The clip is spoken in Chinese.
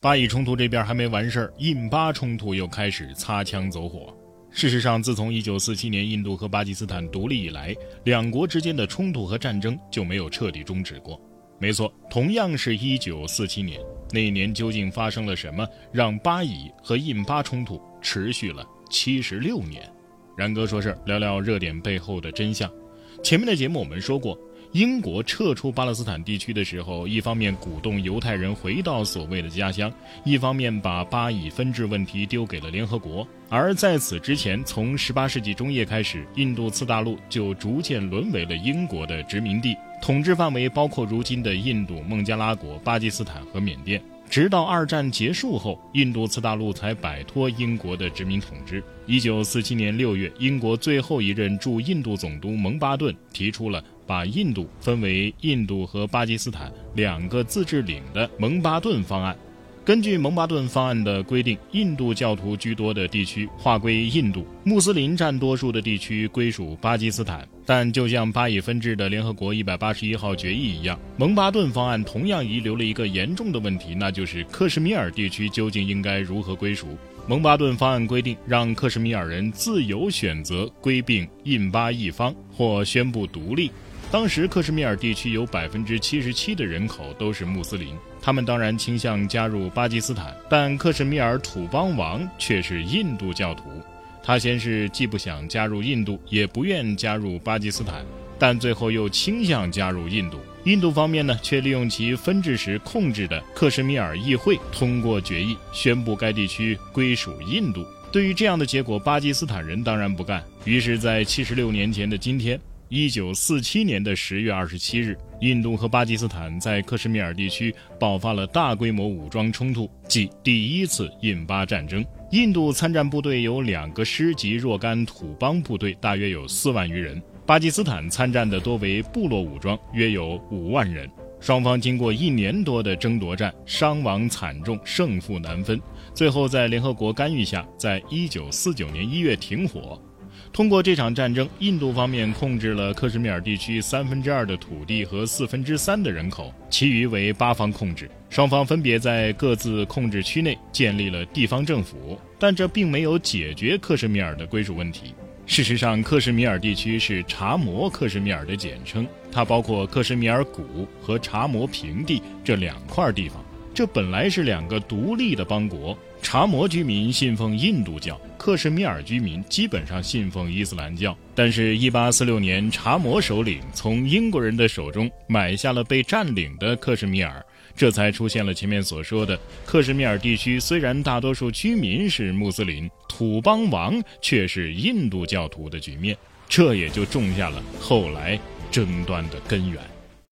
巴以冲突这边还没完事儿，印巴冲突又开始擦枪走火。事实上，自从1947年印度和巴基斯坦独立以来，两国之间的冲突和战争就没有彻底终止过。没错，同样是1947年，那一年究竟发生了什么，让巴以和印巴冲突持续了76年？然哥说事儿，聊聊热点背后的真相。前面的节目我们说过，英国撤出巴勒斯坦地区的时候，一方面鼓动犹太人回到所谓的家乡，一方面把巴以分治问题丢给了联合国。而在此之前，从18世纪中叶开始，印度次大陆就逐渐沦为了英国的殖民地，统治范围包括如今的印度、孟加拉国、巴基斯坦和缅甸。直到二战结束后，印度次大陆才摆脱英国的殖民统治。1947年6月，英国最后一任驻印度总督蒙巴顿提出了把印度分为印度和巴基斯坦两个自治领的蒙巴顿方案。根据蒙巴顿方案的规定，印度教徒居多的地区划归印度，穆斯林占多数的地区归属巴基斯坦。但就像巴以分治的联合国181号决议一样，蒙巴顿方案同样遗留了一个严重的问题，那就是克什米尔地区究竟应该如何归属。蒙巴顿方案规定，让克什米尔人自由选择归并印巴一方或宣布独立。当时克什米尔地区有 77% 的人口都是穆斯林，他们当然倾向加入巴基斯坦，但克什米尔土邦王却是印度教徒。他先是既不想加入印度，也不愿加入巴基斯坦，但最后又倾向加入印度。印度方面呢，却利用其分治时控制的克什米尔议会通过决议，宣布该地区归属印度。对于这样的结果，巴基斯坦人当然不干，于是在76年前的今天，1947年的10月27日，印度和巴基斯坦在克什米尔地区爆发了大规模武装冲突，即第一次印巴战争。印度参战部队有2个师及若干土邦部队，大约有4万余人；巴基斯坦参战的多为部落武装，约有5万人。双方经过1年多的争夺战，伤亡惨重，胜负难分。最后在联合国干预下，在1949年1月停火。通过这场战争，印度方面控制了克什米尔地区2/3的土地和3/4的人口，其余为巴方控制。双方分别在各自控制区内建立了地方政府，但这并没有解决克什米尔的归属问题。事实上，克什米尔地区是查谟克什米尔的简称，它包括克什米尔谷和查谟平地这2块地方。这本来是2个独立的邦国，查谟居民信奉印度教，克什米尔居民基本上信奉伊斯兰教。但是1846年，查谟首领从英国人的手中买下了被占领的克什米尔，这才出现了前面所说的克什米尔地区虽然大多数居民是穆斯林，土邦王却是印度教徒的局面，这也就种下了后来争端的根源。